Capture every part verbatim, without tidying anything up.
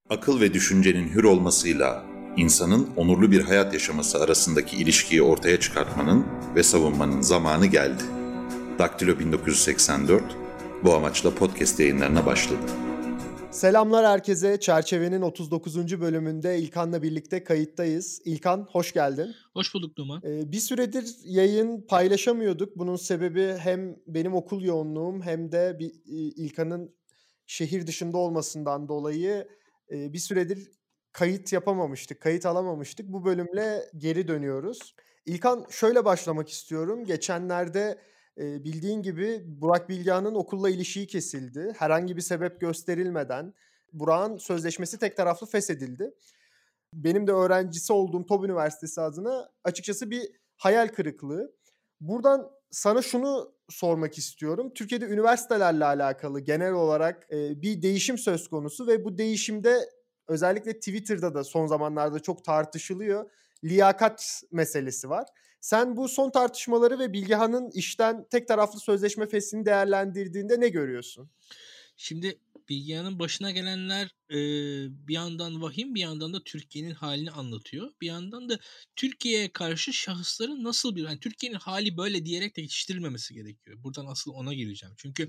Akıl ve düşüncenin hür olmasıyla insanın onurlu bir hayat yaşaması arasındaki ilişkiyi ortaya çıkartmanın ve savunmanın zamanı geldi. Daktilo bin dokuz yüz seksen dört bu amaçla podcast yayınlarına başladı. Selamlar herkese. Çerçevenin otuz dokuzuncu bölümünde İlkan'la birlikte kayıttayız. İlkan, hoş geldin. Hoş bulduk Numan. Ee, bir süredir yayın paylaşamıyorduk. Bunun sebebi hem benim okul yoğunluğum hem de bir, İlkan'ın şehir dışında olmasından dolayı e, bir süredir kayıt yapamamıştık, kayıt alamamıştık. Bu bölümle geri dönüyoruz. İlkan, şöyle başlamak istiyorum. Geçenlerde e, bildiğin gibi Burak Bilgehan'ın okulla ilişiği kesildi. Herhangi bir sebep gösterilmeden Burak'ın sözleşmesi tek taraflı feshedildi. Benim de öğrencisi olduğum TOB Üniversitesi adına açıkçası bir hayal kırıklığı. Buradan sana şunu sormak istiyorum. Türkiye'de üniversitelerle alakalı genel olarak e, bir değişim söz konusu ve bu değişimde özellikle Twitter'da da son zamanlarda çok tartışılıyor. Liyakat meselesi var. Sen bu son tartışmaları ve Bilgehan'ın işten tek taraflı sözleşme feshini değerlendirdiğinde ne görüyorsun? Şimdi Bilgehan'ın başına gelenler e, bir yandan vahim, bir yandan da Türkiye'nin halini anlatıyor. Bir yandan da Türkiye'ye karşı şahısların nasıl bir, yani Türkiye'nin hali böyle diyerek de geçiştirilmemesi gerekiyor. Buradan asıl ona geleceğim. Çünkü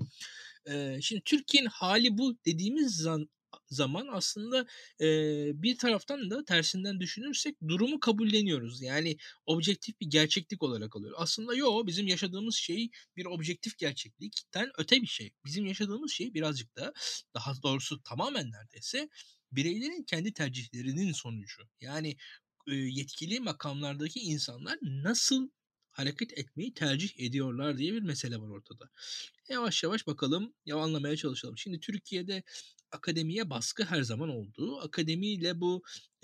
e, şimdi Türkiye'nin hali bu dediğimiz zan, zaman aslında e, bir taraftan da tersinden düşünürsek durumu kabulleniyoruz. Yani objektif bir gerçeklik olarak alıyor. Aslında yo, bizim yaşadığımız şey bir objektif gerçeklikten öte bir şey. Bizim yaşadığımız şey birazcık da, daha doğrusu tamamen neredeyse bireylerin kendi tercihlerinin sonucu. Yani e, yetkili makamlardaki insanlar nasıl hareket etmeyi tercih ediyorlar diye bir mesele var ortada. Yavaş yavaş bakalım, ya anlamaya çalışalım. Şimdi Türkiye'de akademiye baskı her zaman oldu. Akademiyle bu e,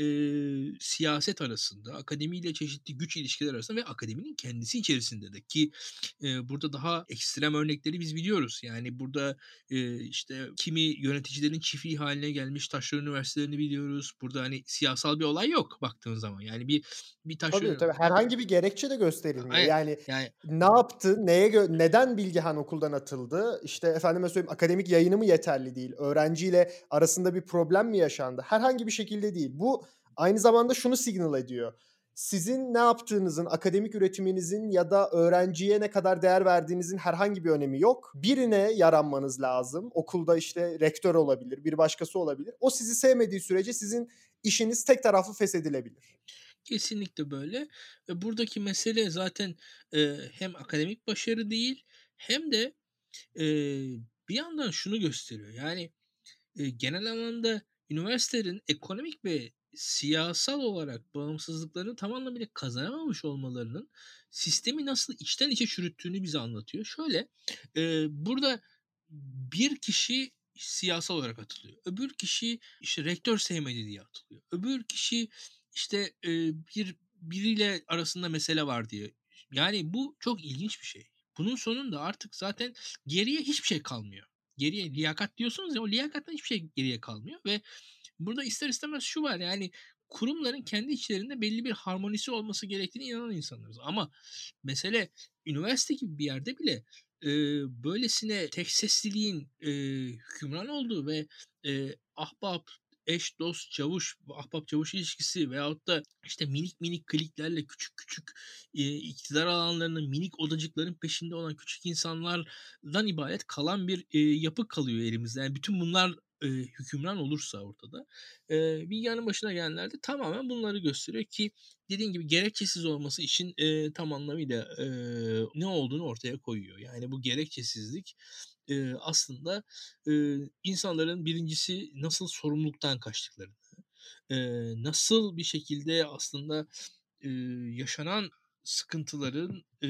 siyaset arasında, akademiyle çeşitli güç ilişkiler arasında ve akademinin kendisi içerisinde de ki e, burada daha ekstrem örnekleri biz biliyoruz. Yani burada e, işte kimi yöneticilerin çiftliği haline gelmiş taşra üniversitelerini biliyoruz. Burada hani siyasal bir olay yok baktığın zaman. Yani bir bir Tabii taşra tabii herhangi bir gerekçe de gösterilmiyor. yani, Yani yani ne yaptı, neye gö- neden Bilgehan okuldan atıldı? İşte efendime söyleyeyim akademik yayını mı yeterli değil? Öğrenciyle arasında bir problem mi yaşandı? Herhangi bir şekilde değil. Bu aynı zamanda şunu signal ediyor. Sizin ne yaptığınızın, akademik üretiminizin ya da öğrenciye ne kadar değer verdiğinizin herhangi bir önemi yok. Birine yaranmanız lazım. Okulda işte rektör olabilir, bir başkası olabilir. O sizi sevmediği sürece sizin işiniz tek taraflı feshedilebilir. Kesinlikle böyle. Ve buradaki mesele zaten e, hem akademik başarı değil, hem de e, bir yandan şunu gösteriyor. Yani e, genel anlamda üniversitelerin ekonomik ve siyasal olarak bağımsızlıklarını tam anlamıyla kazanamamış olmalarının sistemi nasıl içten içe çürüttüğünü bize anlatıyor. Şöyle, e, burada bir kişi siyasal olarak atılıyor. Öbür kişi işte rektör sevmedi diye atılıyor. Öbür kişi işte e, bir biriyle arasında mesele var diye. Yani bu çok ilginç bir şey. Bunun sonunda artık zaten geriye hiçbir şey kalmıyor. Geriye liyakat diyorsunuz ya, o liyakattan hiçbir şey geriye kalmıyor ve burada ister istemez şu var, yani kurumların kendi içlerinde belli bir harmonisi olması gerektiğine inanan insanlarız. Ama mesele üniversite gibi bir yerde bile e, böylesine tek sesliliğin e, hükümran olduğu ve e, ahbap, eş, dost, çavuş, ahbap çavuş ilişkisi veyahut da işte minik minik kliklerle küçük küçük e, iktidar alanlarının minik odacıkların peşinde olan küçük insanlardan ibaret kalan bir e, yapı kalıyor elimizde. Yani bütün bunlar e, hükümran olursa ortada. E, Bilgehan'ın başına gelenler de tamamen bunları gösteriyor ki dediğin gibi gerekçesiz olması için e, tam anlamıyla e, ne olduğunu ortaya koyuyor. Yani bu gerekçesizlik e, aslında e, insanların birincisi nasıl sorumluluktan kaçtıklarını, e, nasıl bir şekilde aslında e, yaşanan sıkıntıların e,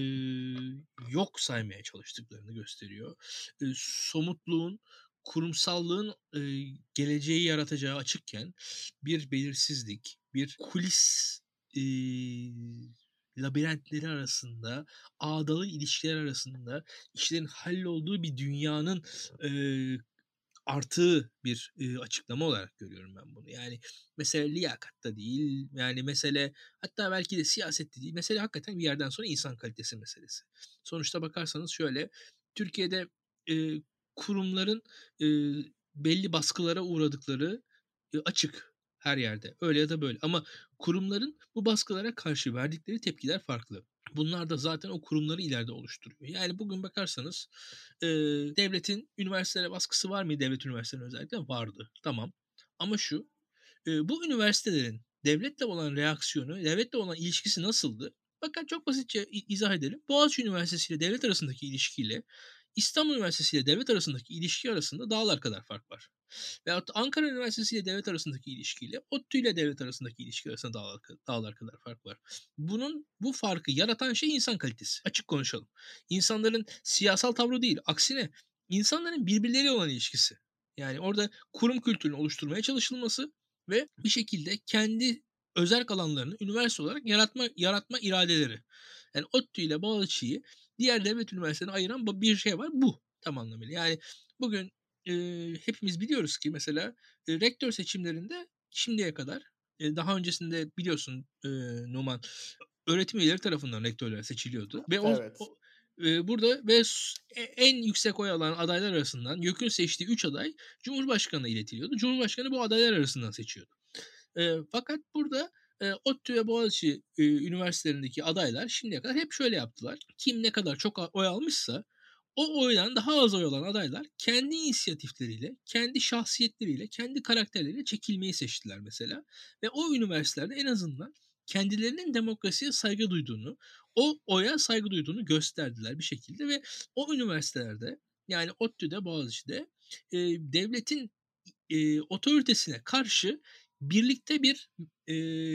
yok saymaya çalıştıklarını gösteriyor. E, somutluğun, kurumsallığın e, geleceği yaratacağı açıkken bir belirsizlik, bir kulis e, labirentleri arasında, ağdalı ilişkiler arasında işlerin hallolduğu bir dünyanın e, artığı bir e, açıklama olarak görüyorum ben bunu. Yani mesele liyakatta değil, yani mesele hatta belki de siyasette değil, mesele hakikaten bir yerden sonra insan kalitesi meselesi. Sonuçta bakarsanız şöyle, Türkiye'de e, kurumların e, belli baskılara uğradıkları e, açık her yerde. Öyle ya da böyle. Ama kurumların bu baskılara karşı verdikleri tepkiler farklı. Bunlar da zaten o kurumları ileride oluşturuyor. Yani bugün bakarsanız e, devletin üniversitelere baskısı var mı? Devlet üniversitelerine özellikle vardı. Tamam. Ama şu, e, bu üniversitelerin devletle olan reaksiyonu, devletle olan ilişkisi nasıldı? Bakın çok basitçe i- izah edelim. Boğaziçi Üniversitesi ile devlet arasındaki ilişkiyle İstanbul Üniversitesi ile devlet arasındaki ilişki arasında dağlar kadar fark var. Veyahut da Ankara Üniversitesi ile devlet arasındaki ilişkiyle ODTÜ ile devlet arasındaki ilişki arasında dağlar, dağlar kadar fark var. Bunun bu farkı yaratan şey insan kalitesi. Açık konuşalım. İnsanların siyasal tavrı değil, aksine insanların birbirleriyle olan ilişkisi. Yani orada kurum kültürünü oluşturmaya çalışılması ve bir şekilde kendi özerk alanlarını üniversite olarak yaratma yaratma iradeleri. Yani ODTÜ ile Boğaziçi'yi diğer devlet üniversitelerine ayıran bir şey var. Bu tam anlamıyla. Yani bugün e, hepimiz biliyoruz ki mesela e, rektör seçimlerinde şimdiye kadar e, daha öncesinde biliyorsun e, Numan öğretim üyeleri tarafından rektörler seçiliyordu ve o, Evet. o e, burada ve s- en yüksek oy alan adaylar arasından YÖK'ün seçtiği üç aday Cumhurbaşkanı'na iletiliyordu. Cumhurbaşkanı bu adaylar arasından seçiyordu. E, fakat burada e, ODTÜ ve Boğaziçi e, üniversitelerindeki adaylar şimdiye kadar hep şöyle yaptılar. Kim ne kadar çok oy almışsa o oydan daha az oy alan adaylar kendi inisiyatifleriyle, kendi şahsiyetleriyle, kendi karakterleriyle çekilmeyi seçtiler mesela. Ve o üniversitelerde en azından kendilerinin demokrasiye saygı duyduğunu, o oya saygı duyduğunu gösterdiler bir şekilde ve o üniversitelerde yani ODTÜ'de, Boğaziçi'de e, devletin e, otoritesine karşı birlikte bir e,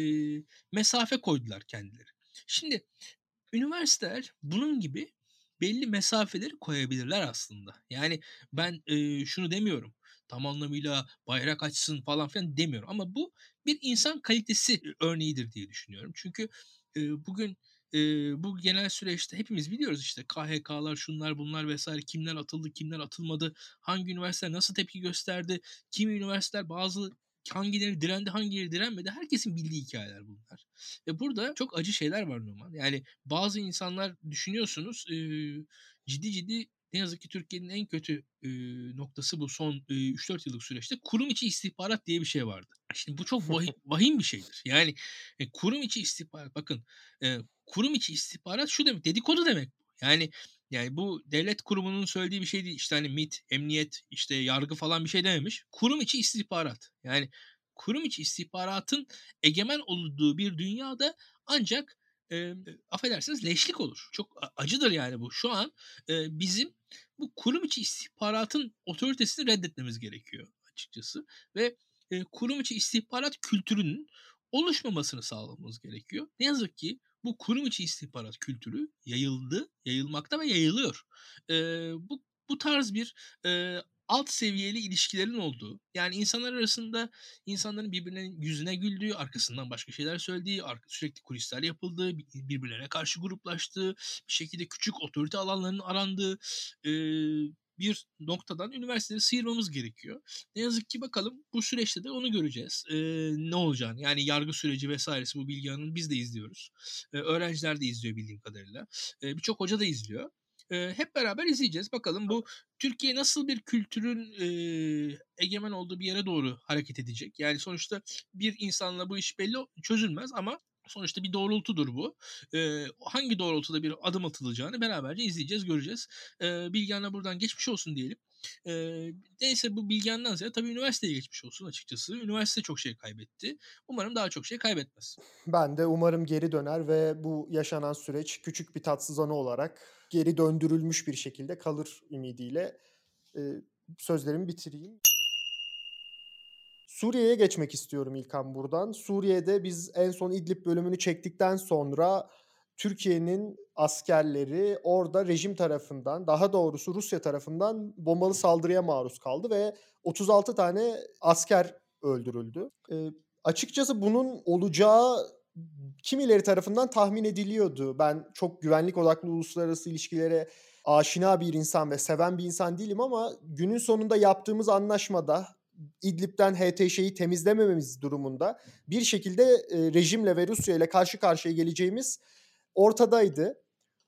mesafe koydular kendileri. Şimdi üniversiteler bunun gibi belli mesafeleri koyabilirler aslında. Yani ben e, şunu demiyorum. Tam anlamıyla bayrak açsın falan filan demiyorum. Ama bu bir insan kalitesi örneğidir diye düşünüyorum. Çünkü e, bugün e, bu genel süreçte hepimiz biliyoruz işte K H K'lar, şunlar bunlar vesaire, kimler atıldı, kimler atılmadı, hangi üniversiteler nasıl tepki gösterdi, kimi üniversiteler bazı hangileri direndi, hangileri direnmedi. Herkesin bildiği hikayeler bunlar. Ve burada çok acı şeyler var Numan. Yani bazı insanlar düşünüyorsunuz e, ciddi ciddi ne yazık ki Türkiye'nin en kötü e, noktası bu son e, üç dört yıllık süreçte kurum içi istihbarat diye bir şey vardı. Şimdi bu çok vahi- vahim bir şeydir. Yani e, kurum içi istihbarat bakın e, kurum içi istihbarat şu demek dedikodu demek. Yani yani bu devlet kurumunun söylediği bir şey değil. İşte hani MİT, emniyet, işte yargı falan bir şey dememiş. Kurum içi istihbarat. Yani kurum içi istihbaratın egemen olduğu bir dünyada ancak e, affedersiniz leşlik olur. Çok acıdır yani bu. Şu an e, bizim bu kurum içi istihbaratın otoritesini reddetmemiz gerekiyor açıkçası. Ve e, kurum içi istihbarat kültürünün oluşmamasını sağlamamız gerekiyor. Ne yazık ki bu kurum içi istihbarat kültürü yayıldı, yayılmakta ve yayılıyor. E, bu bu tarz bir e, alt seviyeli ilişkilerin olduğu, yani insanlar arasında insanların birbirinin yüzüne güldüğü, arkasından başka şeyler söylediği, sürekli kulisler yapıldığı, birbirlerine karşı gruplaştığı, bir şekilde küçük otorite alanlarının arandığı e, bir noktadan üniversiteleri sıyırmamız gerekiyor. Ne yazık ki bakalım bu süreçte de onu göreceğiz. E, ne olacağını, yani yargı süreci vesairesi bu Bilgehan'ın biz de izliyoruz. E, öğrenciler de izliyor bildiğim kadarıyla. E, birçok hoca da izliyor. E, hep beraber izleyeceğiz. Bakalım bu Türkiye nasıl bir kültürün e, egemen olduğu bir yere doğru hareket edecek. Yani sonuçta bir insanla bu iş belli çözülmez ama sonuçta bir doğrultudur bu. E, hangi doğrultuda bir adım atılacağını beraberce izleyeceğiz, göreceğiz. E, Bilgehan'a buradan geçmiş olsun diyelim. E, neyse bu Bilgehan'dan ziyade tabii üniversiteye geçmiş olsun açıkçası. Üniversite çok şey kaybetti. Umarım daha çok şey kaybetmez. Ben de umarım geri döner ve bu yaşanan süreç küçük bir tatsız anı olarak geri döndürülmüş bir şekilde kalır ümidiyle e, sözlerimi bitireyim. Suriye'ye geçmek istiyorum İlkan buradan. Suriye'de biz en son İdlib bölümünü çektikten sonra Türkiye'nin askerleri orada rejim tarafından, daha doğrusu Rusya tarafından bombalı saldırıya maruz kaldı ve otuz altı tane asker öldürüldü. Ee, açıkçası bunun olacağı kimileri tarafından tahmin ediliyordu. Ben çok güvenlik odaklı uluslararası ilişkilere aşina bir insan ve seven bir insan değilim ama günün sonunda yaptığımız anlaşmada İdlib'den H T Ş'yi temizlemememiz durumunda bir şekilde e, rejimle ve Rusya ile karşı karşıya geleceğimiz ortadaydı.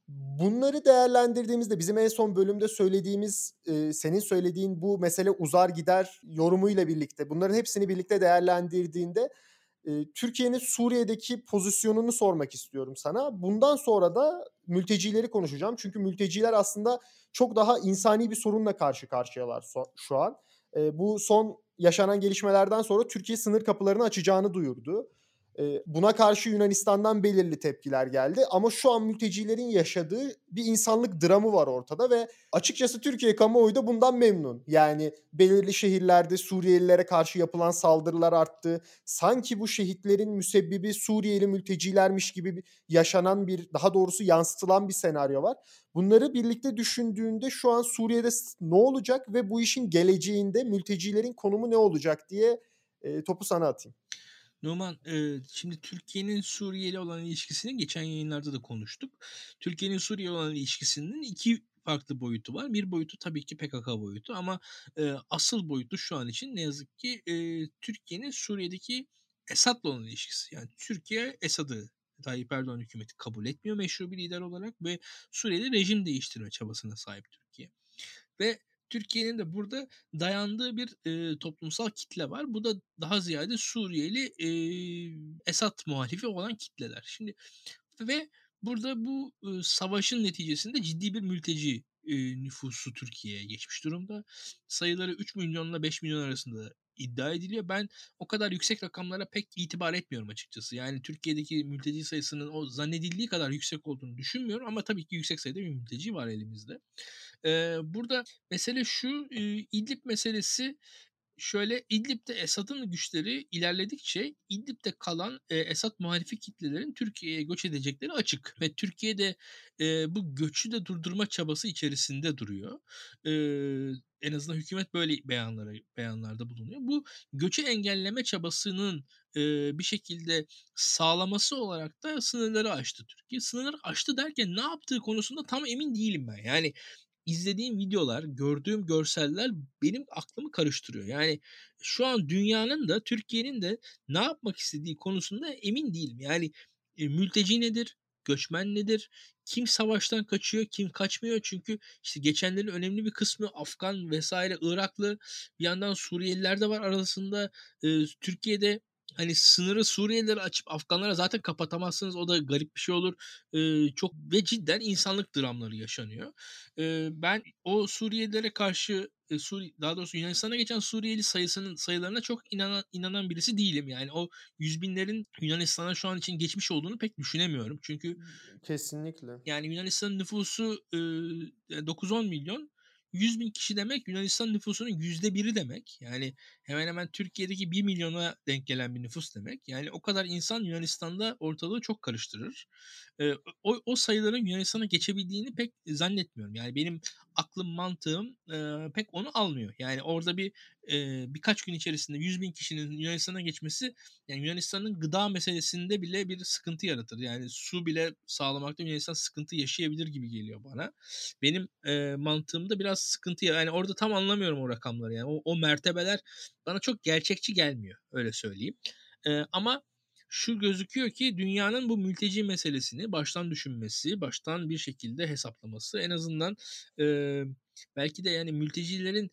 Bunları değerlendirdiğimizde bizim en son bölümde söylediğimiz, eee, senin söylediğin bu mesele uzar gider yorumuyla birlikte bunların hepsini birlikte değerlendirdiğinde, eee, Türkiye'nin Suriye'deki pozisyonunu sormak istiyorum sana. Bundan sonra da mültecileri konuşacağım. Çünkü mülteciler aslında çok daha insani bir sorunla karşı karşıyalar so şu an. Eee, bu son yaşanan gelişmelerden sonra Türkiye sınır kapılarını açacağını duyurdu. Eee, buna karşı Yunanistan'dan belirli tepkiler geldi ama şu an mültecilerin yaşadığı bir insanlık dramı var ortada ve açıkçası Türkiye kamuoyu da bundan memnun. Yani belirli şehirlerde Suriyelilere karşı yapılan saldırılar arttı. Sanki bu şehitlerin müsebbibi Suriyeli mültecilermiş gibi bir yaşanan bir, daha doğrusu yansıtılan bir senaryo var. Bunları birlikte düşündüğünde şu an Suriye'de s ne olacak ve bu işin geleceğinde mültecilerin konumu ne olacak diye, eee, topu sana atayım. Numan, eee, şimdi Türkiye'nin Suriye'yle olan ilişkisini geçen yayınlarda da konuştuk. Türkiye'nin Suriye'yle olan ilişkisinin iki farklı boyutu var. Bir boyutu tabii ki P K K boyutu ama, eee, asıl boyutu şu an için ne yazık ki, eee, Türkiye'nin Suriye'deki Esad'la olan ilişkisi. Yani Türkiye Esad'ı, Tayyip Erdoğan hükümeti kabul etmiyor meşru bir lider olarak ve Suriye'de rejim değiştirme çabasına sahip Türkiye. Ve Türkiye'nin de burada dayandığı bir, eee, toplumsal kitle var. Bu da daha ziyade Suriyeli, eee, Esad muhalifi olan kitleler. Şimdi ve burada bu, ııı, savaşın neticesinde ciddi bir mülteci, eee, nüfusu Türkiye'ye geçmiş durumda. Sayıları üç milyonla beş milyon arasında iddia ediliyor. Ben o kadar yüksek rakamlara pek itibar etmiyorum açıkçası. Yani Türkiye'deki mülteci sayısının o zannedildiği kadar yüksek olduğunu düşünmüyorum ama tabii ki yüksek sayıda bir mülteci var elimizde. Eee, burada mesele şu, eee, İdlib meselesi şöyle, İdlib'de Esad'ın güçleri ilerledikçe İdlib'de kalan, eee, Esad muhalifi kitlelerin Türkiye'ye göç edecekleri açık ve Türkiye de, eee, bu göçü de durdurma çabası içerisinde duruyor. Eee, en azından hükümet böyle beyanlara beyanlarda bulunuyor. Bu göçü engelleme çabasının, eee, bir şekilde sağlaması olarak da sınırları aştı Türkiye. Sınırları aştı derken ne yaptığı konusunda tam emin değilim ben. Yani izlediğim videolar, gördüğüm görseller benim aklımı karıştırıyor. Yani şu an dünyanın da Türkiye'nin de ne yapmak istediği konusunda emin değilim. Yani, eee, mülteci nedir? Göçmen nedir? Kim savaştan kaçıyor, kim kaçmıyor? Çünkü, işte, geçenlerin önemli bir kısmı Afgan vesaire Iraklı, bir yandan Suriyeliler de var arasında. Eee, Türkiye'de, hani, sınırı Suriyelilere açıp Afganlara zaten kapatamazsınız. O da garip bir şey olur. Eee, çok ve cidden insanlık dramları yaşanıyor. Eee, ben o Suriyelilere karşı, eee, Suri daha doğrusu Yunanistan'a geçen Suriyeli sayısının sayılarına çok inanan inanan birisi değilim. Yani o yüz binlerin Yunanistan'a şu an için geçmiş olduğunu pek düşünemiyorum. Çünkü Kesinlikle. yani Yunanistan'ın nüfusu, ııı, ya dokuz on milyon. yüz bin kişi demek Yunanistan nüfusunun yüzde biri demek. Yani hemen hemen Türkiye'deki bir milyona denk gelen bir nüfus demek. Yani o kadar insan Yunanistan'da ortalığı çok karıştırır. Eee, o o sayıların Yunanistan'a geçebildiğini pek zannetmiyorum. Yani benim aklım, mantığım, eee, pek onu almıyor. Yani orada bir, eee, birkaç gün içerisinde yüz bin kişinin Yunanistan'a geçmesi, yani Yunanistan'ın gıda meselesinde bile bir sıkıntı yaratır. Yani su bile sağlamakta Yunanistan sıkıntı yaşayabilir gibi geliyor bana. Benim, eee, mantığımda biraz sıkıntı ya yani orada tam anlamıyorum o rakamları yani. O o mertebeler bana çok gerçekçi gelmiyor, öyle söyleyeyim. Eee, ama şu gözüküyor ki dünyanın bu mülteci meselesini baştan düşünmesi, baştan bir şekilde hesaplaması en azından, eee, belki de yani mültecilerin,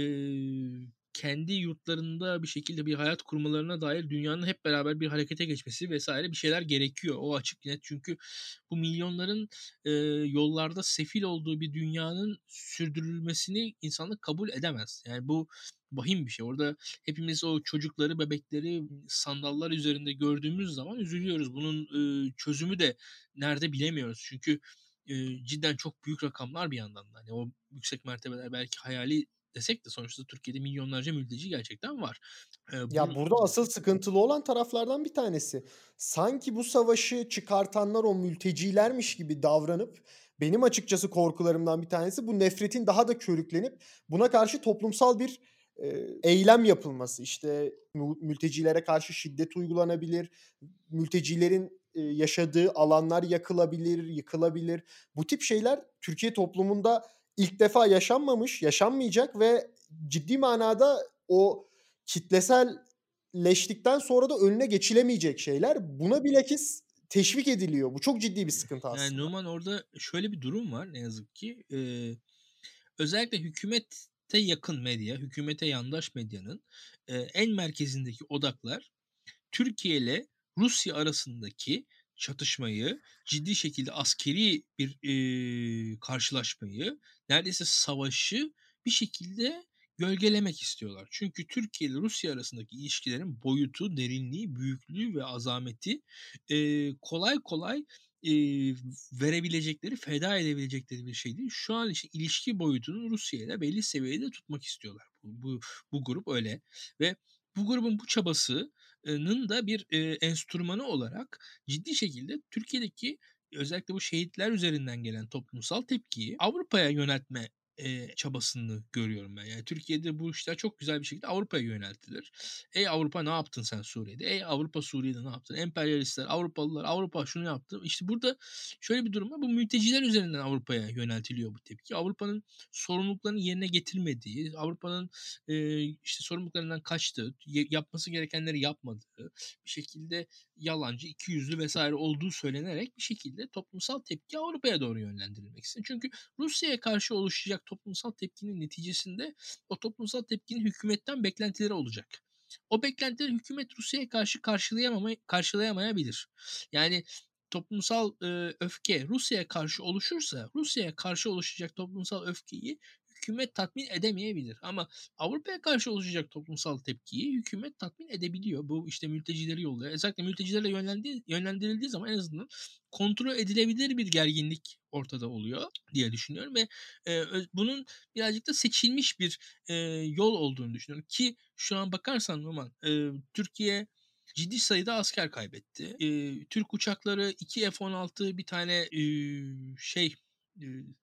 eee, kendi yurtlarında bir şekilde bir hayat kurmalarına dair dünyanın hep beraber bir harekete geçmesi vesaire bir şeyler gerekiyor. O açık net. Çünkü bu milyonların, eee, yollarda sefil olduğu bir dünyanın sürdürülmesini insanlık kabul edemez. Yani bu vahim bir şey. Orada hepimiz o çocukları, bebekleri sandallar üzerinde gördüğümüz zaman üzülüyoruz. Bunun, ııı, çözümü de nerede bilemiyoruz. Çünkü, eee, cidden çok büyük rakamlar bir yandan da. Hani o yüksek mertebeler belki hayali desek de sonuçta Türkiye'de milyonlarca mülteci gerçekten var. Eee, Ya, bur burada asıl sıkıntılı olan taraflardan bir tanesi. Sanki bu savaşı çıkartanlar o mültecilermiş gibi davranıp benim açıkçası korkularımdan bir tanesi bu nefretin daha da körüklenip buna karşı toplumsal bir, eee, eylem yapılması. İşte, mu mültecilere karşı şiddet uygulanabilir, mültecilerin, eee, yaşadığı alanlar yakılabilir, yıkılabilir. Bu tip şeyler Türkiye toplumunda ilk defa yaşanmamış, yaşanmayacak ve ciddi manada o kitleselleştikten sonra da önüne geçilemeyecek şeyler. Buna bilakis teşvik ediliyor. Bu çok ciddi bir sıkıntı Yani aslında. Numan orada şöyle bir durum var ne yazık ki. Eee, özellikle hükümete yakın medya, hükümete yandaş medyanın eee, en merkezindeki odaklar Türkiye ile Rusya arasındaki çatışmayı, ciddi şekilde askeri bir eee, karşılaşmayı, neredeyse savaşı bir şekilde gölgelemek istiyorlar. Çünkü Türkiye ile Rusya arasındaki ilişkilerin boyutu, derinliği, büyüklüğü ve azameti eee, kolay kolay eee, verebilecekleri, feda edebilecekleri bir şey değil. Şu an için ilişki boyutunu Rusya ile belli seviyede tutmak istiyorlar. Bu, bu, bu grup öyle ve bu grubun bu çabası nın da bir eee, enstrümanı olarak ciddi şekilde Türkiye'deki özellikle bu şehitler üzerinden gelen toplumsal tepkiyi Avrupa'ya yöneltme eee, çabasını görüyorum ben. Yani Türkiye'de bu işler çok güzel bir şekilde Avrupa'ya yöneltilir. Ey Avrupa ne yaptın sen Suriye'de? Ey Avrupa Suriye'de ne yaptın? Emperyalistler, Avrupalılar, Avrupa şunu yaptı. İşte burada şöyle bir durum var. Bu mülteciler üzerinden Avrupa'ya yöneltiliyor bu tepki. Avrupa'nın sorumluluklarını yerine getirmediği, Avrupa'nın eee, işte sorumluluklarından kaçtığı, ye- yapması gerekenleri yapmadığı, bir şekilde yalancı, ikiyüzlü vesaire olduğu söylenerek bir şekilde toplumsal tepki Avrupa'ya doğru yönlendirilmek istiyor. Çünkü Rusya'ya karşı oluşacak toplumsal tepkinin neticesinde o toplumsal tepkinin hükümetten beklentileri olacak. O beklentileri hükümet Rusya'ya karşı karşılayamama, karşılayamayabilir. Yani toplumsal e, öfke Rusya'ya karşı oluşursa Rusya'ya karşı oluşacak toplumsal öfkeyi hükümet tatmin edemeyebilir. Ama Avrupa'ya karşı oluşacak toplumsal tepkiyi hükümet tatmin edebiliyor. Bu işte mültecileri yolluyor. Özellikle mültecilerle yönlendiği, yönlendirildiği zaman en azından kontrol edilebilir bir gerginlik ortada oluyor diye düşünüyorum ve e, bunun birazcık da seçilmiş bir e, yol olduğunu düşünüyorum ki şu an bakarsan Numan e, Türkiye ciddi sayıda asker kaybetti. E, Türk uçakları iki F on altı bir tane e, şey e,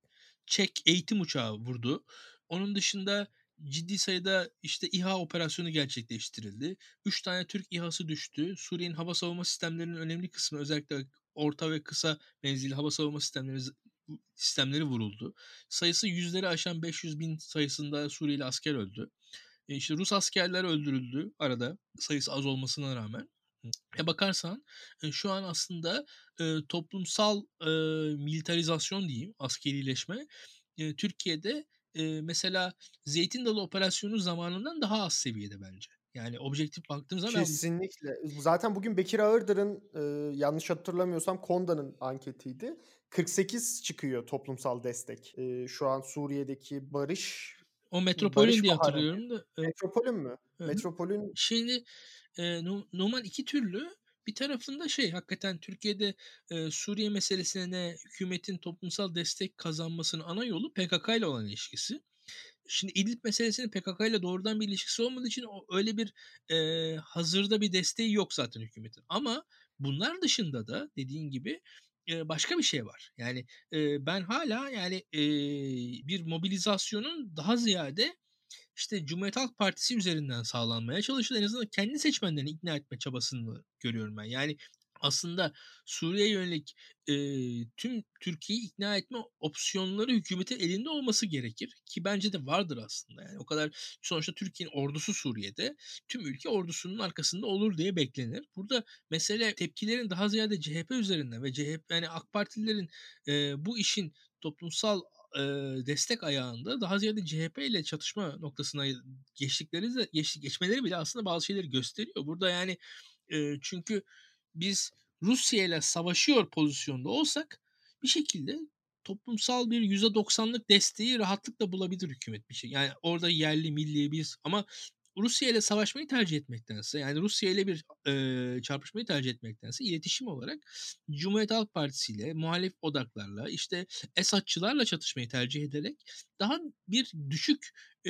Çek eğitim uçağı vurdu. Onun dışında ciddi sayıda işte İHA operasyonu gerçekleştirildi. Üç tane Türk İHA'sı düştü. Suriye'nin hava savunma sistemlerinin önemli kısmı özellikle orta ve kısa menzilli hava savunma sistemleri sistemleri vuruldu. Sayısı yüzleri aşan beş yüz bin sayısında Suriyeli asker öldü. E işte Rus askerler öldürüldü arada sayısı az olmasına rağmen. E bakarsan e, şu an aslında e, toplumsal e, militarizasyon diyeyim, askerileşme e, Türkiye'de e, mesela Zeytin Dalı operasyonu zamanından daha az seviyede bence. Yani objektif baktığım zaman ben Kesinlikle. Zaten bugün Bekir Ağırdır'ın, eee, yanlış hatırlamıyorsam KONDA'nın anketiydi. kırk sekiz çıkıyor toplumsal destek. Eee, şu an Suriye'deki barış o Metropol'ün barış diye baharı mı? hatırlıyorum da. e, Metropol'ün mü? Hı hı. Metropol'ün Şimdi e, Nu- Numan iki türlü. Bir tarafında şey hakikaten Türkiye'de e, Suriye meselesine hükümetin toplumsal destek kazanmasının ana yolu P K K ile olan ilişkisi. Şimdi İdlib meselesinin P K K ile doğrudan bir ilişkisi olmadığı için o öyle bir e, hazırda bir desteği yok zaten hükümetin. Ama bunlar dışında da dediğin gibi e, başka bir şey var. Yani e, ben hala yani e, bir mobilizasyonun daha ziyade işte Cumhuriyet Halk Partisi üzerinden sağlanmaya çalışılıyor. En azından kendi seçmenlerini ikna etme çabasını görüyorum ben. Yani aslında Suriye'ye yönelik e, tüm Türkiye'yi ikna etme opsiyonları hükümetin elinde olması gerekir. Ki bence de vardır aslında. Yani o kadar sonuçta Türkiye'nin ordusu Suriye'de tüm ülke ordusunun arkasında olur diye beklenir. Burada mesele tepkilerin daha ziyade C H P üzerinden ve C H P yani AK Partililerin e, bu işin toplumsal e, destek ayağında daha ziyade C H P ile çatışma noktasına geçtikleri de geç, geçmeleri bile aslında bazı şeyleri gösteriyor. Burada yani e, çünkü biz Rusya ile savaşıyor pozisyonda olsak bir şekilde toplumsal bir yüzde doksanlık desteği rahatlıkla bulabilir hükümet bir şey. Yani orada yerli milli biz ama Rusya ile savaşmayı tercih etmektense yani Rusya ile bir e, çarpışmayı tercih etmektense iletişim olarak Cumhuriyet Halk Partisi ile muhalif odaklarla işte Esadçılarla çatışmayı tercih ederek daha bir düşük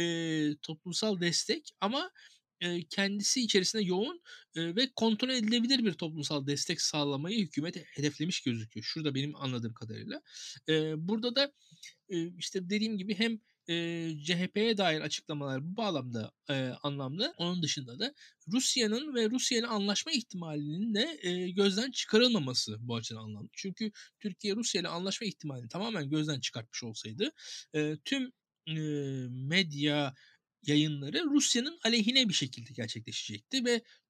e, toplumsal destek ama e, kendisi içerisinde yoğun e, ve kontrol edilebilir bir toplumsal destek sağlamayı hükümet hedeflemiş gözüküyor. Şurada benim anladığım kadarıyla. E, burada da e, işte dediğim gibi hem e, C H P'ye dair açıklamalar bu bağlamda e, anlamlı. Onun dışında da Rusya'nın ve Rusya ile anlaşma ihtimalinin de e, gözden çıkarılmaması bu açıdan anlamlı. Çünkü Türkiye Rusya ile anlaşma ihtimalini tamamen gözden çıkartmış olsaydı e, tüm e, medya yayınları Rusya'nın aleyhine bir şekilde gerçekleşecekti ve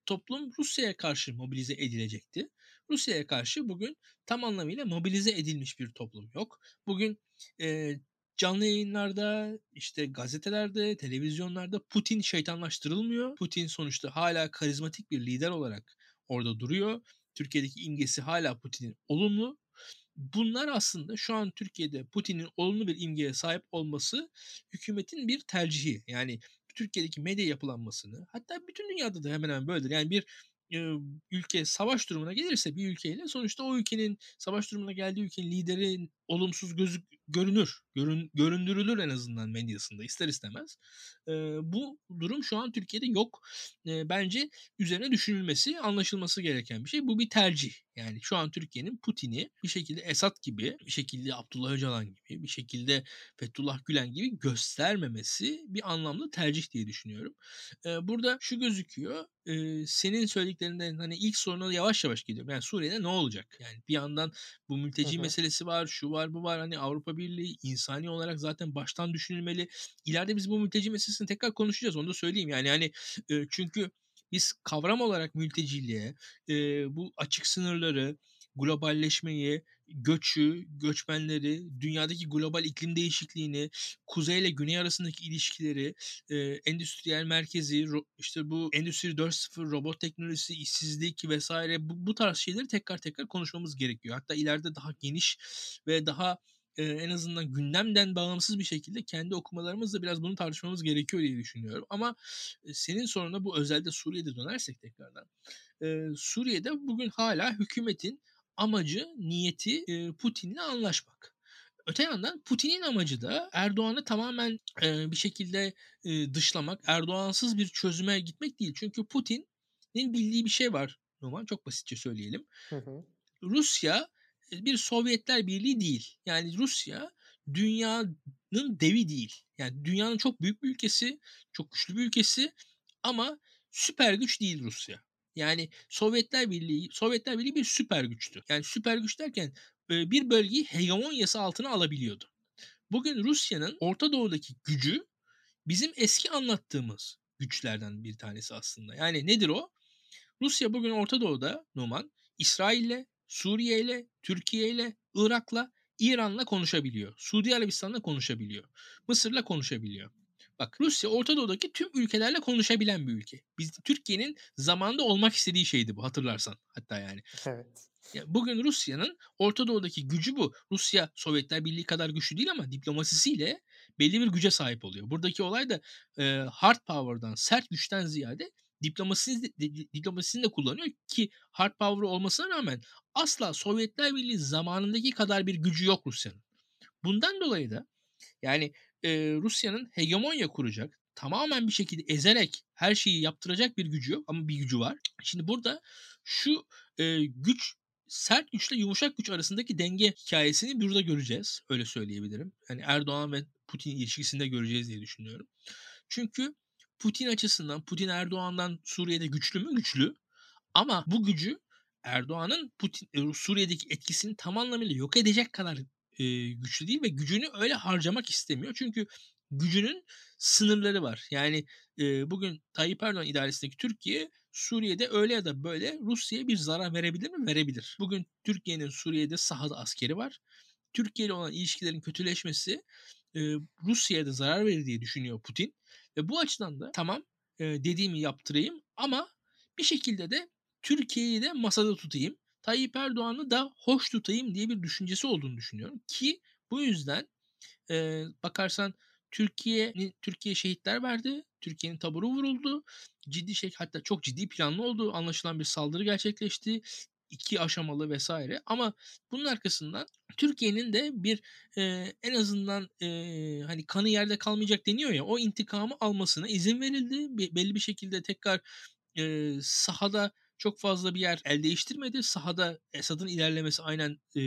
toplum Rusya'ya karşı mobilize edilecekti. Rusya'ya karşı bugün tam anlamıyla mobilize edilmiş bir toplum yok. Bugün e, canlı yayınlarda, işte gazetelerde, televizyonlarda Putin şeytanlaştırılmıyor. Putin sonuçta hala karizmatik bir lider olarak orada duruyor. Türkiye'deki imgesi hala Putin'in olumlu. Bunlar aslında şu an Türkiye'de Putin'in olumlu bir imgeye sahip olması hükümetin bir tercihi. Yani Türkiye'deki medya yapılanmasını, hatta bütün dünyada da hemen hemen böyledir. Yani bir e, ülke savaş durumuna gelirse bir ülkeyle, sonuçta o ülkenin savaş durumuna geldiği ülkenin lideri olumsuz gözük görünür. Görün, göründürülür en azından medyasında ister istemez. E, bu durum şu an Türkiye'de yok. E, bence üzerine düşünülmesi, anlaşılması gereken bir şey. Bu bir tercih. Yani şu an Türkiye'nin Putin'i bir şekilde Esad gibi, bir şekilde Abdullah Öcalan gibi, bir şekilde Fethullah Gülen gibi göstermemesi bir anlamda tercih diye düşünüyorum. Ee, burada şu gözüküyor. E, senin söylediklerinden hani ilk soruna yavaş yavaş geliyorum. Yani Suriye'de ne olacak? Yani bir yandan bu Hı mülteci hı. meselesi var, şu var, bu var. Hani Avrupa Birliği insani olarak zaten baştan düşünülmeli. İleride biz bu mülteci meselesini tekrar konuşacağız. Onu da söyleyeyim. Yani hani e, çünkü biz kavram olarak mülteciliğe, e, bu açık sınırları, globalleşmeyi, göçü, göçmenleri, dünyadaki global iklim değişikliğini, kuzey ile güney arasındaki ilişkileri, e, endüstriyel merkezi, ro- işte bu Endüstri dört nokta sıfır, robot teknolojisi, işsizlik vesaire, bu, bu tarz şeyleri tekrar tekrar konuşmamız gerekiyor. Hatta ileride daha geniş ve daha e, en azından gündemden bağımsız bir şekilde kendi okumalarımızla biraz bunu tartışmamız gerekiyor diye düşünüyorum. Ama e, senin soruna, bu özellikle Suriye'de dönersek tekrardan, e, Suriye'de bugün hala hükümetin amacı, niyeti e, Putin'le anlaşmak. Öte yandan Putin'in amacı da Erdoğan'ı tamamen e, bir şekilde e, dışlamak, Erdoğansız bir çözüme gitmek değil. Çünkü Putin'in bildiği bir şey var Numan, çok basitçe söyleyelim. Hı hı. Rusya e, bir Sovyetler Birliği değil. Yani Rusya dünyanın devi değil. Yani dünyanın çok büyük bir ülkesi, çok güçlü bir ülkesi ama süper güç değil Rusya. Yani Sovyetler Birliği, Sovyetler Birliği bir süper güçtü. Yani süper güç derken e, bir bölgeyi hegemonyası altına alabiliyordu. Bugün Rusya'nın Orta Doğu'daki gücü bizim eski anlattığımız güçlerden bir tanesi aslında. Yani nedir o? Rusya bugün Orta Doğu'da Numan, İsrail'le, Suriye'yle, Türkiye'yle, Irak'la, İran'la konuşabiliyor. Suudi Arabistan'la konuşabiliyor. Mısır'la konuşabiliyor. Bak, Rusya Orta Doğu'daki tüm ülkelerle konuşabilen bir ülke. Biz Türkiye'nin zamanda olmak istediği şeydi bu, hatırlarsan hatta yani. Evet. Ya bugün Rusya'nın Orta Doğu'daki gücü bu. Rusya Sovyetler Birliği kadar güçlü değil ama diplomasisiyle belli bir güce sahip oluyor. Buradaki olay da e, hard power'dan, sert güçten ziyade diplomasisini de, di- diplomasisini de kullanıyor ki hard power olmasına rağmen asla Sovyetler Birliği zamanındaki kadar bir gücü yok Rusya'nın. Bundan dolayı da yani e, Rusya'nın hegemonya kuracak, tamamen bir şekilde ezerek her şeyi yaptıracak bir gücü yok ama bir gücü var. Şimdi burada şu e, güç, sert güçle yumuşak güç arasındaki denge hikayesini burada göreceğiz. Öyle söyleyebilirim. Yani Erdoğan ve Putin ilişkisinde göreceğiz diye düşünüyorum. Çünkü Putin açısından, Putin Erdoğan'dan Suriye'de güçlü mü? Güçlü. Ama bu gücü Erdoğan'ın Putin e, Suriye'deki etkisini tam anlamıyla yok edecek kadar e, güçlü değil ve gücünü öyle harcamak istemiyor. Çünkü gücünün sınırları var. Yani e, bugün Tayyip Erdoğan idaresindeki Türkiye Suriye'de öyle ya da böyle Rusya'ya bir zarar verebilir mi? Verebilir. Bugün Türkiye'nin Suriye'de sahada askeri var. Türkiye ile olan ilişkilerin kötüleşmesi e, Rusya'ya da zarar verir diye düşünüyor Putin. Ve bu açıdan da tamam, e, dediğimi yaptırayım ama bir şekilde de Türkiye'yi de masada tutayım. Tayyip Erdoğan'ı da hoş tutayım diye bir düşüncesi olduğunu düşünüyorum. Ki bu yüzden e, bakarsan Türkiye'nin Türkiye şehitler verdi. Türkiye'nin taburu vuruldu. Ciddi şey, hatta çok ciddi planlı olduğu anlaşılan bir saldırı gerçekleşti. İki aşamalı vesaire. Ama bunun arkasından Türkiye'nin de bir e, en azından e, hani kanı yerde kalmayacak deniyor ya, o intikamı almasına izin verildi. Be- belli bir şekilde tekrar e, sahada çok fazla bir yer el değiştirmedi. Sahada Esad'ın ilerlemesi aynen e,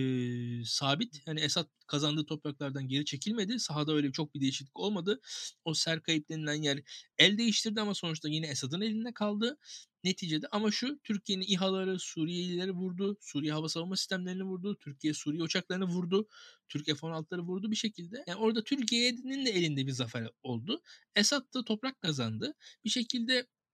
sabit. Yani Esad kazandığı topraklardan geri çekilmedi. Sahada öyle çok bir değişiklik olmadı. O Serkayıp denilen yer el değiştirdi ama sonuçta yine Esad'ın elinde kaldı. Neticede ama şu, Türkiye'nin İHA'ları Suriyelileri vurdu. Suriye hava savunma sistemlerini vurdu. Türkiye Suriye uçaklarını vurdu. Türk F on altıları vurdu bir şekilde. Yani orada Türkiye'nin de elinde bir zafer oldu. Esad da toprak kazandı. Bir şekilde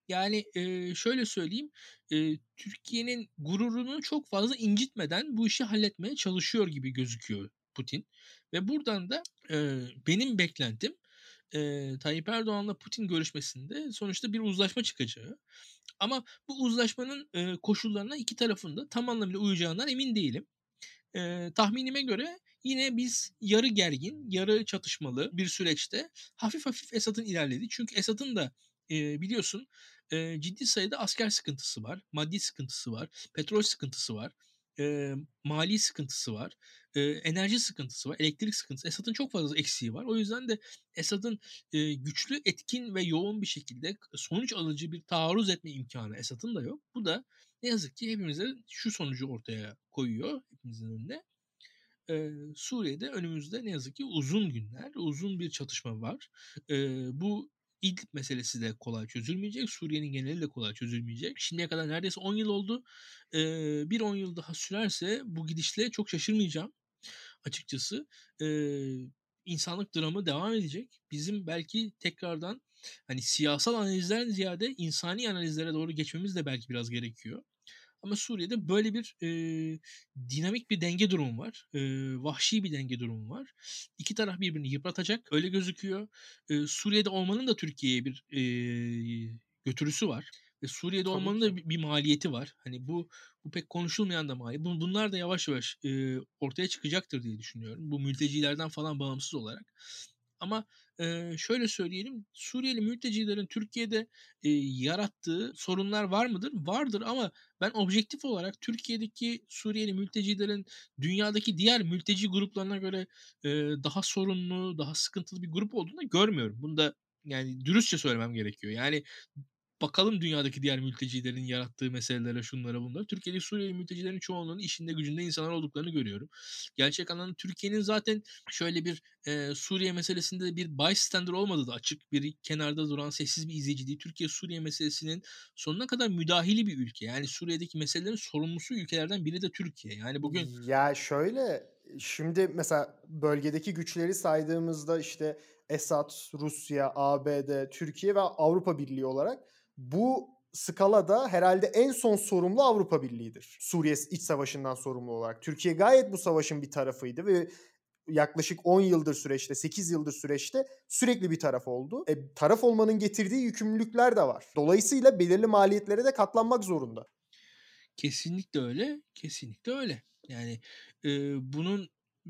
Yani, eee, şöyle söyleyeyim, eee, Türkiye'nin gururunu çok fazla incitmeden bu işi halletmeye çalışıyor gibi gözüküyor Putin ve buradan da, eee, benim beklentim, eee, Tayyip Erdoğan'la Putin görüşmesinde sonuçta bir uzlaşma çıkacağı ama bu uzlaşmanın, eee, koşullarına iki tarafın da tam anlamıyla uyacağından emin değilim. Eee, tahminime göre yine biz yarı gergin, yarı çatışmalı bir süreçte hafif hafif Esad'ın ilerlediği. Çünkü Esad'ın da, eee, biliyorsun, eee, ciddi sayıda asker sıkıntısı var, maddi sıkıntısı var, petrol sıkıntısı var, eee, mali sıkıntısı var, eee, enerji sıkıntısı var, elektrik sıkıntısı. Esad'ın çok fazla eksiği var. O yüzden de Esad'ın, eee, güçlü, etkin ve yoğun bir şekilde sonuç alıcı bir taarruz etme imkânı Esad'ın da yok. Bu da ne yazık ki hepimize şu sonucu ortaya koyuyor hepimizin önüne. Eee, Suriye'de önümüzde ne yazık ki uzun günler, uzun bir çatışma var. Eee, bu İdlib meselesi de kolay çözülmeyecek. Suriye'nin geneli de kolay çözülmeyecek. Şimdiye kadar neredeyse on yıl oldu. Eee, bir on yıl daha sürerse bu gidişle çok şaşırmayacağım açıkçası. Eee, insanlık dramı devam edecek. Bizim belki tekrardan hani siyasal analizden ziyade insani analizlere doğru geçmemiz de belki biraz gerekiyor. Ama Suriye'de böyle bir, eee, dinamik bir denge durumu var. Eee, vahşi bir denge durumu var. İki taraf birbirini yıpratacak, öyle gözüküyor. Eee, Suriye'de olmanın da Türkiye'ye bir, eee, götürüsü var ve Suriye'de Tabii olmanın ki. da bi bir maliyeti var. Hani bu bu pek konuşulmayan da maliyet. Bu bunlar da yavaş yavaş, eee, ortaya çıkacaktır diye düşünüyorum. Bu mültecilerden falan bağımsız olarak. Ama, eee, şöyle söyleyelim, Suriyeli mültecilerin Türkiye'de, eee, yarattığı sorunlar var mıdır? Vardır ama ben objektif olarak Türkiye'deki Suriyeli mültecilerin dünyadaki diğer mülteci gruplarına göre, eee, daha sorunlu, daha sıkıntılı bir grup olduğunu da görmüyorum. Bunu da yani dürüstçe söylemem gerekiyor. Yani bakalım dünyadaki diğer mültecilerin yarattığı meselelere, şunlara bunlara. Türkiye'deki Suriyeli mültecilerin çoğunluğunun işinde gücünde insanlar olduklarını görüyorum. Gerçek anlamda Türkiye'nin zaten şöyle bir, eee, Suriye meselesinde bir bystander olmadığı da açık. Bir kenarda duran sessiz bir izleyici değil. Türkiye Suriye meselesinin sonuna kadar müdahili bir ülke. Yani Suriye'deki meselelerin sorumlusu ülkelerden biri de Türkiye. Yani bugün Ya, şöyle, şimdi mesela bölgedeki güçleri saydığımızda, işte, Esad, Rusya, A B D, Türkiye ve Avrupa Birliği olarak bu skalada herhâlde en son sorumlu Avrupa Birliği'dir. Suriye iç savaşından sorumlu olarak. Türkiye gayet bu savaşın bir tarafıydı ve yaklaşık on yıldır süreçte, sekiz yıldır süreçte sürekli bir taraf oldu. E, taraf olmanın getirdiği yükümlülükler de var. Dolayısıyla belirli maliyetlere de katlanmak zorunda. kesinlikle öyle, kesinlikle öyle. Yani, eee, bunun,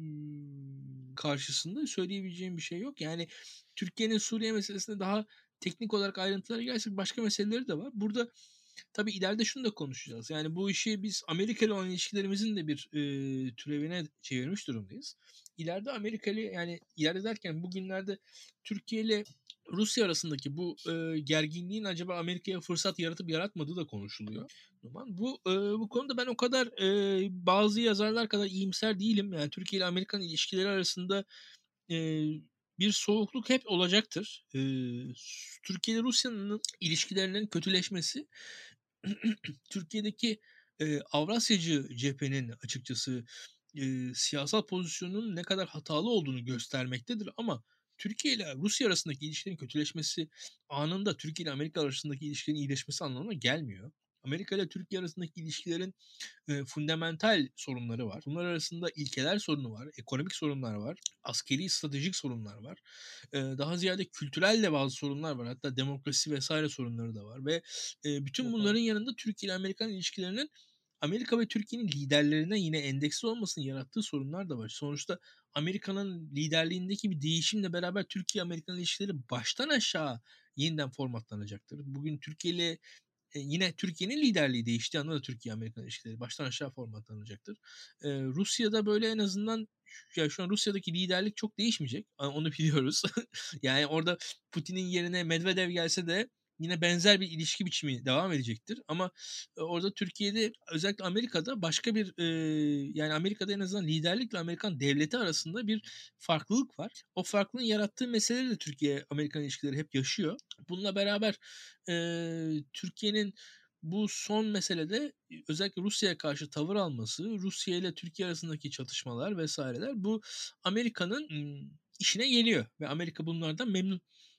ımm, karşısında söyleyebileceğim bir şey yok. Yani, Türkiye'nin Suriye meselesinde daha teknik olarak ayrıntılara girersek başka meseleleri de var. Burada tabii ileride şunu da konuşacağız. Yani, bu işi biz Amerika ile olan ilişkilerimizin de bir, eee, türevine çevirmiş durumdayız. İleride Amerika ile yani ileride derken bugünlerde Türkiye ile Rusya arasındaki bu, eee, gerginliğin acaba Amerika'ya fırsat yaratıp yaratmadığı da konuşuluyor. Numan. Bu, eee, bu konuda ben o kadar, eee, bazı yazarlar kadar iyimser değilim. Yani Türkiye ile Amerikan ilişkileri arasında, eee, bir soğukluk hep olacaktır. Eee, s Türkiye ile Rusya'nın ilişkilerinin kötüleşmesi Türkiye'deki, eee, Avrasyacı cephenin açıkçası, eee, siyasal pozisyonunun ne kadar hatalı olduğunu göstermektedir ama Türkiye ile Rusya arasındaki ilişkilerin kötüleşmesi anında Türkiye ile Amerika arasındaki ilişkilerin iyileşmesi anlamına gelmiyor. Amerika ile Türkiye arasındaki ilişkilerin, eee, fundamental sorunları var. Bunlar arasında ilkeler sorunu var, ekonomik sorunlar var, askeri stratejik sorunlar var. Eee, daha ziyade kültürel de bazı sorunlar var. Hatta demokrasi vesaire sorunları da var ve, eee, Hı bütün hı. bunların yanında Türkiye ile Amerikan ilişkilerinin Amerika ve Türkiye'nin liderlerine yine endeksli olmasının yarattığı sorunlar da var. Sonuçta Amerika'nın liderliğindeki bir değişimle beraber Türkiye-Amerikan ilişkileri baştan aşağı yeniden formatlanacaktır. Bugün Türkiye ile Eee, yine Türkiye'nin liderliği değiştiği anda da Türkiye-Amerikan ilişkileri baştan aşağı formatlanacaktır. Eee, Rusya'da böyle en azından ya şu an Rusya'daki liderlik çok değişmeyecek. A onu biliyoruz. Yani orada Putin'in yerine Medvedev gelse de yine benzer bir ilişki biçimi devam edecektir. Ama, eee, orada Türkiye'de özellikle Amerika'da başka bir, eee, yani Amerika'da en azından liderlikle Amerikan devleti arasında bir farklılık var. O farklılığın yarattığı meseleleri de Türkiye-Amerikan ilişkileri hep yaşıyor. Bununla beraber, eee, Türkiye'nin bu son meselede, özellikle Rusya'ya karşı tavır alması, Rusya ile Türkiye arasındaki çatışmalar vesaireler bu Amerika'nın, ımm, işine geliyor ve Amerika bunlardan memnun.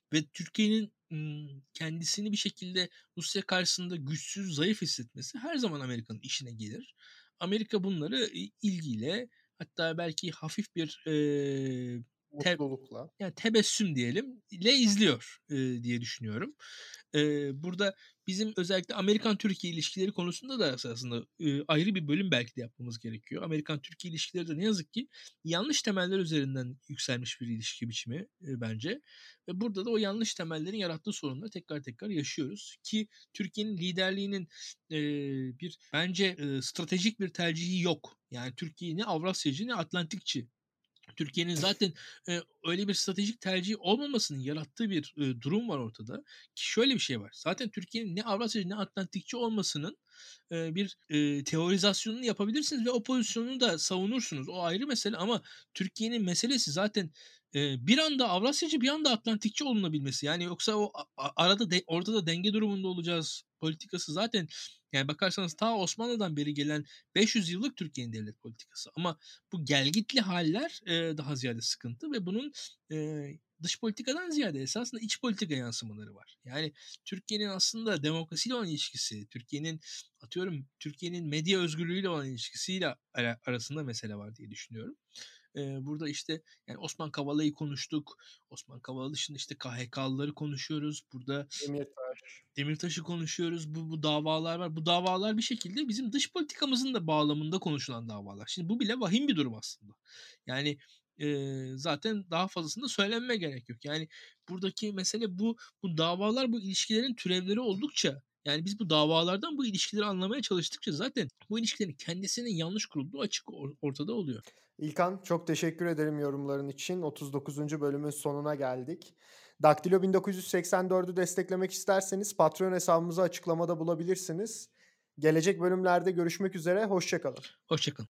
ve Türkiye'nin ımm, kendisini bir şekilde Rusya karşısında güçsüz, zayıf hissetmesi her zaman Amerika'nın işine gelir. Amerika bunları i ilgiyle hatta belki hafif bir, eee, te Mutlulukla. yani tebessüm diyelim ile izliyor, eee, diye düşünüyorum. Eee, burada bizim özellikle Amerikan-Türkiye ilişkileri konusunda da esasında, eee, ayrı bir bölüm belki de yapmamız gerekiyor. Amerikan-Türkiye ilişkileri de ne yazık ki yanlış temeller üzerinden yükselmiş bir ilişki biçimi, eee, bence ve burada da o yanlış temellerin yarattığı sorunları tekrar tekrar yaşıyoruz ki Türkiye'nin liderliğinin, eee, bir bence, eee, stratejik bir tercihi yok. Yani Türkiye ne Avrasyacı ne Atlantikçi. Türkiye'nin zaten, eee, öyle bir stratejik tercihi olmamasının yarattığı bir, eee, durum var ortada ki şöyle bir şey var. Zaten Türkiye'nin ne Avrasyacı ne Atlantikçi olmasının, eee, bir, eee, teorizasyonunu yapabilirsiniz ve o pozisyonu da savunursunuz. O ayrı mesele ama Türkiye'nin meselesi zaten, eee, bir anda Avrasyacı bir anda Atlantikçi olunabilmesi. Yani yoksa o a a arada de ortada denge durumunda olacağız politikası zaten yani bakarsanız ta Osmanlı'dan beri gelen beş yüz yıllık Türkiye'nin devlet politikası ama bu gelgitli hâller, eee, daha ziyade sıkıntı ve bunun, eee, dış politikadan ziyade esasında iç politika yansımaları var. Yani Türkiye'nin aslında demokrasiyle olan ilişkisi, Türkiye'nin atıyorum Türkiye'nin medya özgürlüğüyle olan ilişkisiyle ara arasında mesele var diye düşünüyorum. Eee, burada işte yani Osman Kavala'yı konuştuk. Osman Kavala dışında işte K H K'lıları konuşuyoruz. Burada Demirtaş. Demirtaş'ı konuşuyoruz. Bu bu davalar var. Bu davalar bir şekilde bizim dış politikamızın da bağlamında konuşulan davalar. Şimdi bu bile vahim bir durum aslında. Yani, eee, zaten daha fazlasını da söylenmeye gerek yok. Yani buradaki mesele bu. Bu davalar bu ilişkilerin türevleri oldukça yani biz bu davalardan bu ilişkileri anlamaya çalıştıkça zaten bu ilişkilerin kendisinin yanlış kurulduğu açık or ortada oluyor. İlkan çok teşekkür ederim yorumların için. otuz dokuzuncu bölümün sonuna geldik. Daktilo bin dokuz yüz seksen dördü desteklemek isterseniz Patreon hesabımızı açıklamada bulabilirsiniz. Gelecek bölümlerde görüşmek üzere, hoşça kalın. Hoşça kalın.